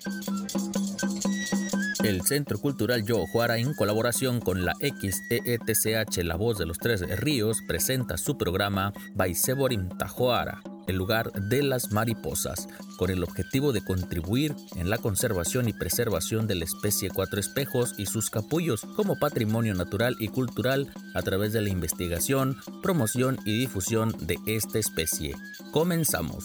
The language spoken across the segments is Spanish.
El Centro Cultural Yoguara, en colaboración con la XEETCH La Voz de los Tres Ríos, presenta su programa Baiseborim Tajoara, el lugar de las mariposas, con el objetivo de contribuir en la conservación y preservación de la especie cuatro espejos y sus capullos como patrimonio natural y cultural a través de la investigación, promoción y difusión de esta especie. Comenzamos.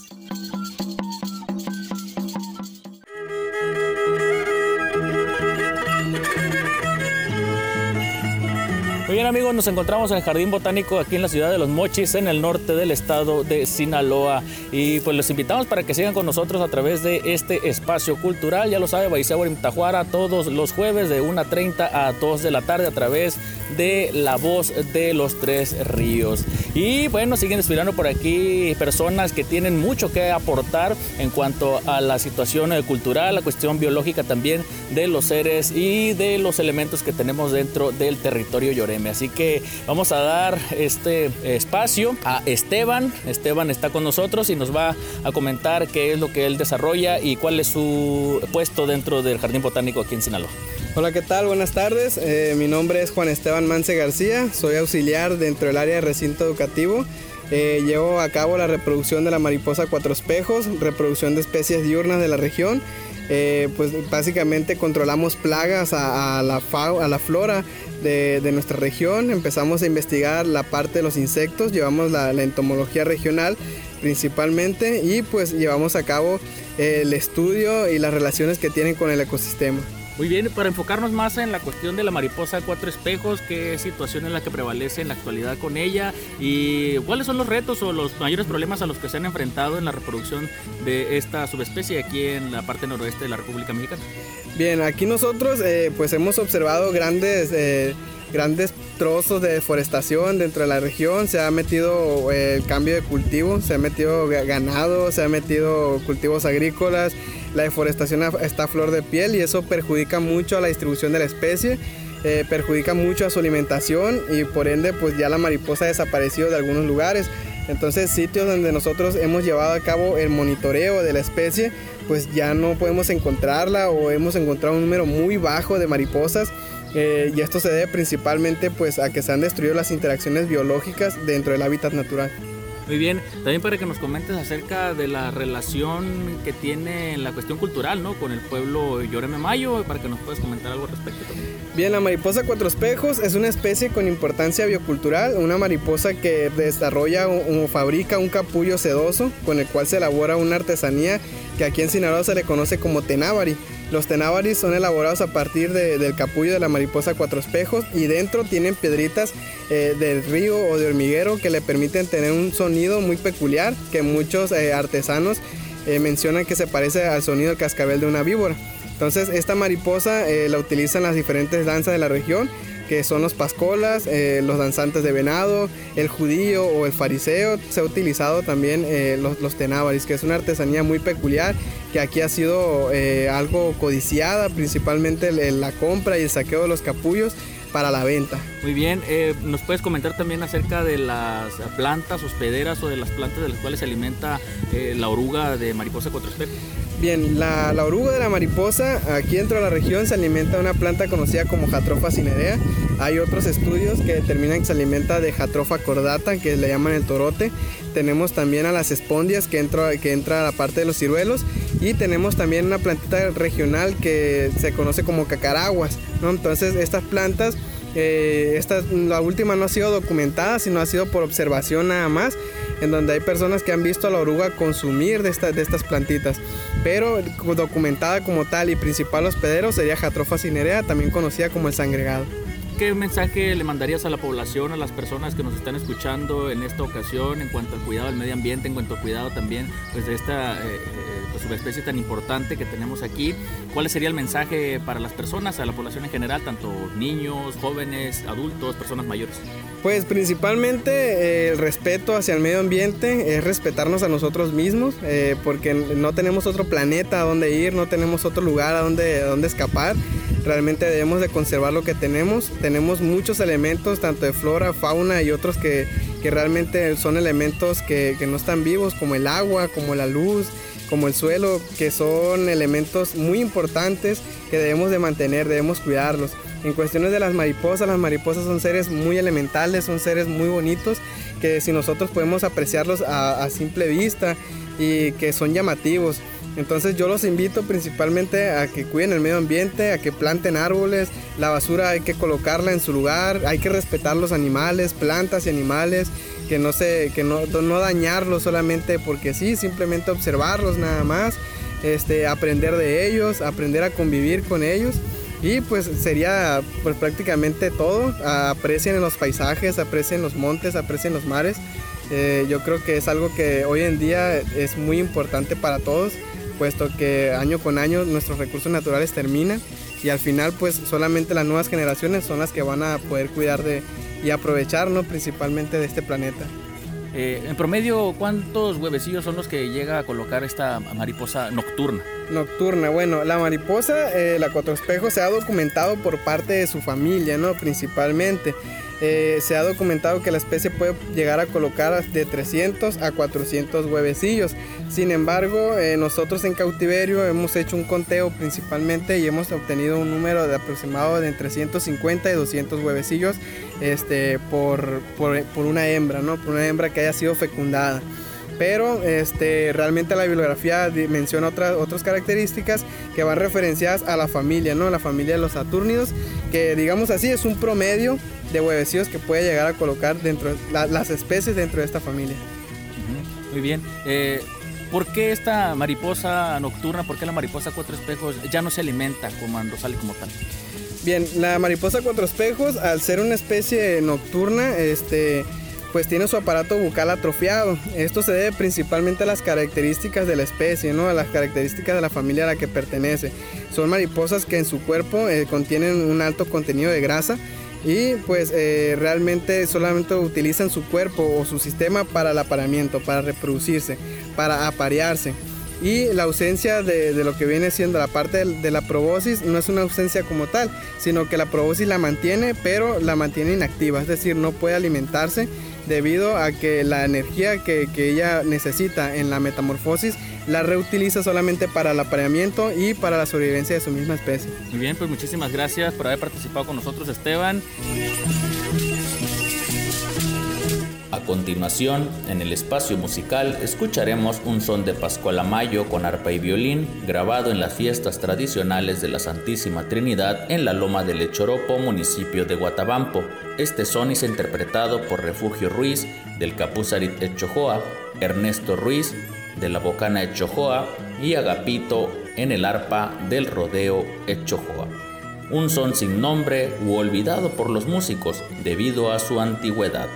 Muy bien, amigos, nos encontramos en el Jardín Botánico aquí en la ciudad de Los Mochis, en el norte del estado de Sinaloa. Y pues los invitamos para que sigan con nosotros a través de este espacio cultural. Ya lo sabe, Baiseborim Tajoara, todos los jueves de 1:30 a 2 de la tarde a través de La Voz de los Tres Ríos. Y bueno, siguen desfilando por aquí personas que tienen mucho que aportar en cuanto a la situación cultural, la cuestión biológica también de los seres y de los elementos que tenemos dentro del territorio yoreme. Así que vamos a dar este espacio a Esteban. Esteban está con nosotros y nos va a comentar qué es lo que él desarrolla y cuál es su puesto dentro del Jardín Botánico aquí en Sinaloa. Hola, ¿qué tal? Buenas tardes. Mi nombre es Juan Esteban Mance García. Soy auxiliar dentro del área de recinto educativo. Llevo a cabo la reproducción de la mariposa cuatro espejos, reproducción de especies diurnas de la región. Pues básicamente controlamos plagas a la flora de nuestra región. Empezamos a investigar la parte de los insectos, llevamos la entomología regional principalmente y pues llevamos a cabo el estudio y las relaciones que tienen con el ecosistema. Muy bien, para enfocarnos más en la cuestión de la mariposa cuatro espejos, qué situación es la que prevalece en la actualidad con ella y cuáles son los retos o los mayores problemas a los que se han enfrentado en la reproducción de esta subespecie aquí en la parte noroeste de la República Mexicana. Bien, aquí nosotros pues hemos observado grandes trozos de deforestación dentro de la región. Se ha metido el cambio de cultivo, se ha metido ganado, se ha metido cultivos agrícolas. La deforestación está a flor de piel y eso perjudica mucho a la distribución de la especie, perjudica mucho a su alimentación y por ende pues ya la mariposa ha desaparecido de algunos lugares. Entonces sitios donde nosotros hemos llevado a cabo el monitoreo de la especie pues ya no podemos encontrarla o hemos encontrado un número muy bajo de mariposas. Y esto se debe principalmente pues a que se han destruido las interacciones biológicas dentro del hábitat natural. Muy bien, también para que nos comentes acerca de la relación que tiene en la cuestión cultural, ¿no?, con el pueblo Yoreme Mayo, para que nos puedas comentar algo al respecto también. Bien, la mariposa cuatro espejos es una especie con importancia biocultural, una mariposa que desarrolla o fabrica un capullo sedoso con el cual se elabora una artesanía que aquí en Sinaloa se le conoce como tenábari. Los tenábaris son elaborados a partir del capullo de la mariposa cuatro espejos y dentro tienen piedritas del río o de hormiguero que le permiten tener un sonido muy peculiar que muchos artesanos mencionan que se parece al sonido del cascabel de una víbora. Entonces esta mariposa la utilizan las diferentes danzas de la región, que son los pascolas, los danzantes de venado, el judío o el fariseo. Se ha utilizado también los tenábaris, que es una artesanía muy peculiar que aquí ha sido algo codiciada, principalmente la compra y el saqueo de los capullos para la venta. Muy bien, ¿nos puedes comentar también acerca de las plantas hospederas o de las plantas de las cuales se alimenta la oruga de mariposa cuatro espejos? Bien, la oruga de la mariposa aquí dentro de la región se alimenta de una planta conocida como Jatropha cinerea. Hay otros estudios que determinan que se alimenta de Jatropha cordata, que le llaman el torote. Tenemos también a las espondias que entra a la parte de los ciruelos y tenemos también una plantita regional que se conoce como cacaraguas, ¿no? Entonces estas plantas, la última no ha sido documentada, sino ha sido por observación nada más, en donde hay personas que han visto a la oruga consumir de estas plantitas, pero documentada como tal y principal hospedero sería Jatropha cinerea, también conocida como el sangregado. ¿Qué mensaje le mandarías a la población, a las personas que nos están escuchando en esta ocasión en cuanto al cuidado del medio ambiente, en cuanto al cuidado también pues, de esta subespecie tan importante que tenemos aquí? ¿Cuál sería el mensaje para las personas, a la población en general, tanto niños, jóvenes, adultos, personas mayores? Pues principalmente el respeto hacia el medio ambiente, es respetarnos a nosotros mismos, porque no tenemos otro planeta a donde ir, no tenemos otro lugar a donde escapar. Realmente debemos de conservar lo que tenemos. Tenemos muchos elementos, tanto de flora, fauna y otros que realmente son elementos que no están vivos, como el agua, como la luz, como el suelo, que son elementos muy importantes que debemos de mantener, debemos cuidarlos. En cuestiones de las mariposas son seres muy elementales, son seres muy bonitos, que si nosotros podemos apreciarlos a simple vista y que son llamativos. Entonces yo los invito principalmente a que cuiden el medio ambiente, a que planten árboles, la basura hay que colocarla en su lugar, hay que respetar los animales, plantas y animales, que no dañarlos solamente porque sí, simplemente observarlos nada más, aprender de ellos, aprender a convivir con ellos. Y pues sería pues prácticamente todo. Aprecien los paisajes, aprecien los montes, aprecien los mares. Yo creo que es algo que hoy en día es muy importante para todos, puesto que año con año nuestros recursos naturales terminan y al final pues solamente las nuevas generaciones son las que van a poder cuidar y aprovechar, ¿no?, principalmente de este planeta. En promedio, ¿cuántos huevecillos son los que llega a colocar esta mariposa nocturna? Nocturna, bueno, la mariposa, la cuatro espejos, se ha documentado por parte de su familia, ¿no?, principalmente. Se ha documentado que la especie puede llegar a colocar de 300 a 400 huevecillos. Sin embargo, nosotros en cautiverio hemos hecho un conteo principalmente y hemos obtenido un número de aproximado de entre 150 y 200 huevecillos por una hembra, ¿no?, por una hembra que haya sido fecundada. Pero realmente la bibliografía menciona otras características que van referenciadas a la familia, ¿no?, la familia de los satúrnidos, que digamos así es un promedio de huevecillos que puede llegar a colocar dentro de las especies dentro de esta familia. Muy bien. ¿Por qué esta mariposa nocturna, por qué la mariposa cuatro espejos ya no se alimenta cuando sale como tal? Bien, la mariposa cuatro espejos, al ser una especie nocturna, pues tiene su aparato bucal atrofiado. Esto se debe principalmente a las características de la especie, ¿no?, a las características de la familia a la que pertenece. Son mariposas que en su cuerpo contienen un alto contenido de grasa y pues realmente solamente utilizan su cuerpo o su sistema para el apareamiento, para reproducirse, para aparearse. Y la ausencia de lo que viene siendo la parte de la proboscis no es una ausencia como tal, sino que la proboscis la mantiene, pero la mantiene inactiva, es decir, no puede alimentarse debido a que la energía que ella necesita en la metamorfosis la reutiliza solamente para el apareamiento y para la sobrevivencia de su misma especie. Muy bien, pues muchísimas gracias por haber participado con nosotros, Esteban. A continuación, en el espacio musical, escucharemos un son de Pascual Amayo con arpa y violín, grabado en las fiestas tradicionales de la Santísima Trinidad en la Loma del Echoropo, municipio de Guatabampo. Este son es interpretado por Refugio Ruiz, del Capuzarit Echojoa, Ernesto Ruiz, de la Bocana Echojoa, y Agapito en el arpa del Rodeo Echojoa. Un son sin nombre u olvidado por los músicos debido a su antigüedad.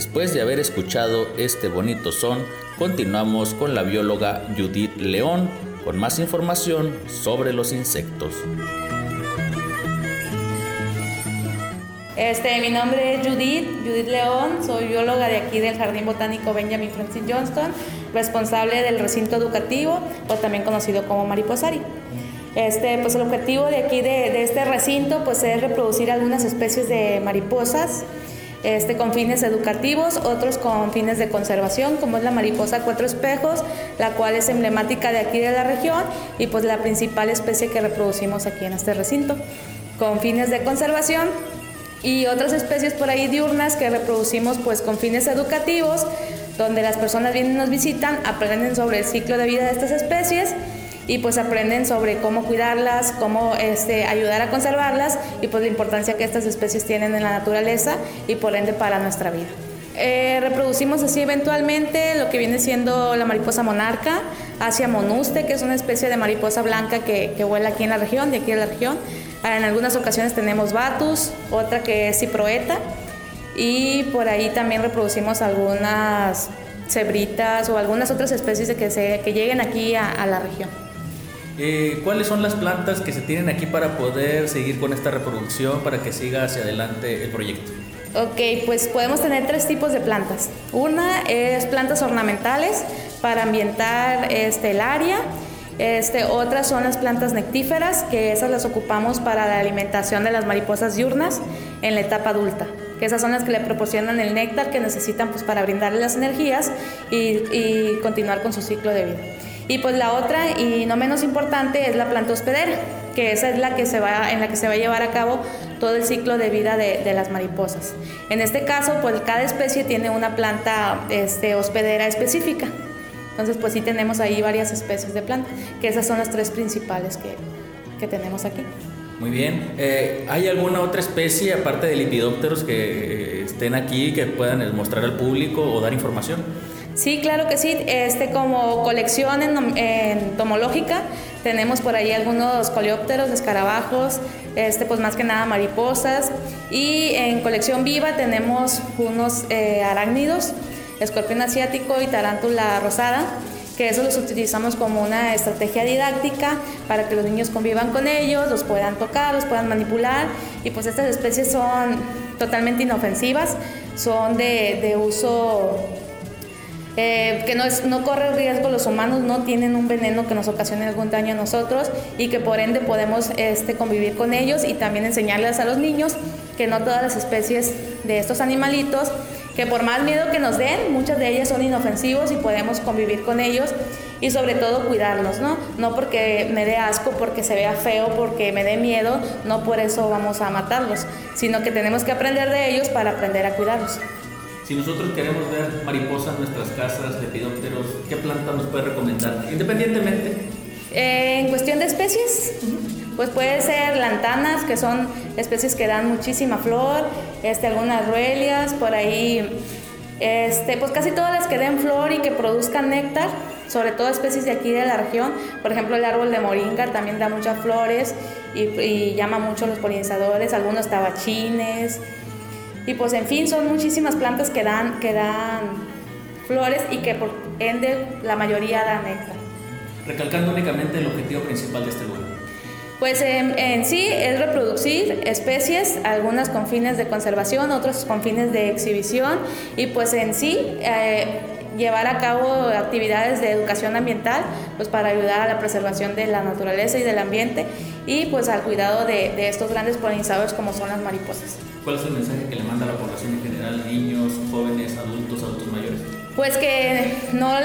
Después de haber escuchado este bonito son, continuamos con la bióloga Judith León con más información sobre los insectos. Mi nombre es Judith León, soy bióloga de aquí del Jardín Botánico Benjamin Franklin Johnston, responsable del recinto educativo, o también conocido como Mariposari. Pues el objetivo de aquí de este recinto pues es reproducir algunas especies de mariposas con fines educativos, otros con fines de conservación, como es la mariposa cuatro espejos, la cual es emblemática de aquí de la región y pues la principal especie que reproducimos aquí en este recinto, con fines de conservación, y otras especies por ahí diurnas que reproducimos pues con fines educativos, donde las personas vienen y nos visitan, aprenden sobre el ciclo de vida de estas especies y pues aprenden sobre cómo cuidarlas, cómo ayudar a conservarlas y pues la importancia que estas especies tienen en la naturaleza y por ende para nuestra vida. Reproducimos así eventualmente lo que viene siendo la mariposa monarca, Asia monuste, que es una especie de mariposa blanca que vuela aquí en la región, de aquí de la región. En algunas ocasiones tenemos Batus, otra que es Ciproeta, y por ahí también reproducimos algunas cebritas o algunas otras especies que lleguen aquí a la región. ¿Cuáles son las plantas que se tienen aquí para poder seguir con esta reproducción, para que siga hacia adelante el proyecto? Ok, pues podemos tener tres tipos de plantas. Una es plantas ornamentales para ambientar el área. Otras son las plantas nectíferas, que esas las ocupamos para la alimentación de las mariposas diurnas en la etapa adulta, que esas son las que le proporcionan el néctar que necesitan pues para brindarle las energías y continuar con su ciclo de vida. Y pues la otra y no menos importante es la planta hospedera, que esa es en la que se va a llevar a cabo todo el ciclo de vida de las mariposas. En este caso pues cada especie tiene una planta hospedera específica. Entonces, pues sí tenemos ahí varias especies de plantas, que esas son las tres principales que tenemos aquí. Muy bien. ¿Hay alguna otra especie, aparte de lepidópteros, que estén aquí, que puedan mostrar al público o dar información? Sí, claro que sí. Como colección entomológica, tenemos por ahí algunos coleópteros, escarabajos, pues más que nada mariposas. Y en colección viva tenemos unos arácnidos, escorpión asiático y tarántula rosada, que eso los utilizamos como una estrategia didáctica para que los niños convivan con ellos, los puedan tocar, los puedan manipular, y pues estas especies son totalmente inofensivas, son de uso que no corre riesgo los humanos, no tienen un veneno que nos ocasione algún daño a nosotros y que por ende podemos convivir con ellos y también enseñarles a los niños que no todas las especies de estos animalitos, que por más miedo que nos den, muchas de ellas son inofensivos y podemos convivir con ellos y sobre todo cuidarlos, ¿no? No porque me dé asco, porque se vea feo, porque me dé miedo, no por eso vamos a matarlos, sino que tenemos que aprender de ellos para aprender a cuidarlos. Si nosotros queremos ver mariposas en nuestras casas, lepidópteros, ¿qué planta nos puede recomendar? Independientemente. En cuestión de especies, pues puede ser lantanas, que son especies que dan muchísima flor, algunas ruelias, por ahí, pues casi todas las que den flor y que produzcan néctar, sobre todo especies de aquí de la región. Por ejemplo, el árbol de moringa también da muchas flores y llama mucho a los polinizadores, algunos tabachines, y pues en fin, son muchísimas plantas que dan flores y que por ende la mayoría dan néctar. Recalcando únicamente el objetivo principal de este lugar. Pues en sí es reproducir especies, algunas con fines de conservación, otras con fines de exhibición, y pues en sí llevar a cabo actividades de educación ambiental, pues para ayudar a la preservación de la naturaleza y del ambiente y pues al cuidado de estos grandes polinizadores como son las mariposas. ¿Cuál es el mensaje que le manda a la población en general, niños, jóvenes, adultos mayores? Pues que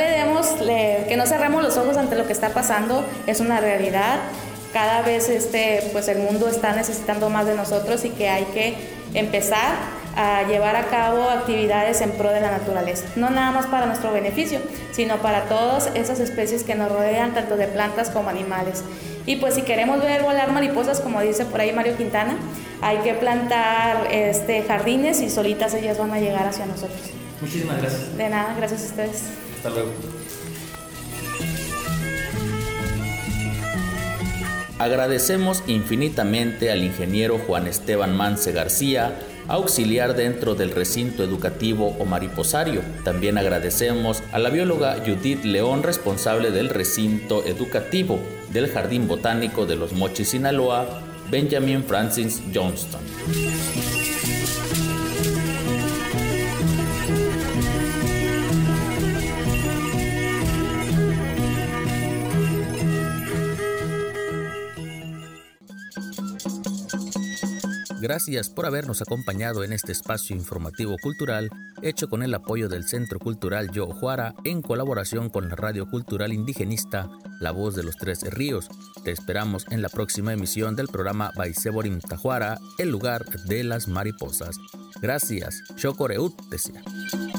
que no cerremos los ojos ante lo que está pasando, es una realidad. Cada vez pues el mundo está necesitando más de nosotros y que hay que empezar a llevar a cabo actividades en pro de la naturaleza, no nada más para nuestro beneficio, sino para todas esas especies que nos rodean, tanto de plantas como animales. Y pues si queremos ver volar mariposas, como dice por ahí Mario Quintana, hay que plantar jardines y solitas ellas van a llegar hacia nosotros. Muchísimas gracias. De nada, gracias a ustedes. Hasta luego. Agradecemos infinitamente al ingeniero Juan Esteban Mance García, auxiliar dentro del recinto educativo o mariposario. También agradecemos a la bióloga Judith León, responsable del recinto educativo del Jardín Botánico de Los Mochis, Sinaloa, Benjamin Francis Johnston. Gracias por habernos acompañado en este espacio informativo cultural hecho con el apoyo del Centro Cultural Yoho Juara en colaboración con la Radio Cultural Indigenista La Voz de los Tres Ríos. Te esperamos en la próxima emisión del programa Baiseborim Tajuara, el lugar de las mariposas. Gracias. Xocoreut, decía.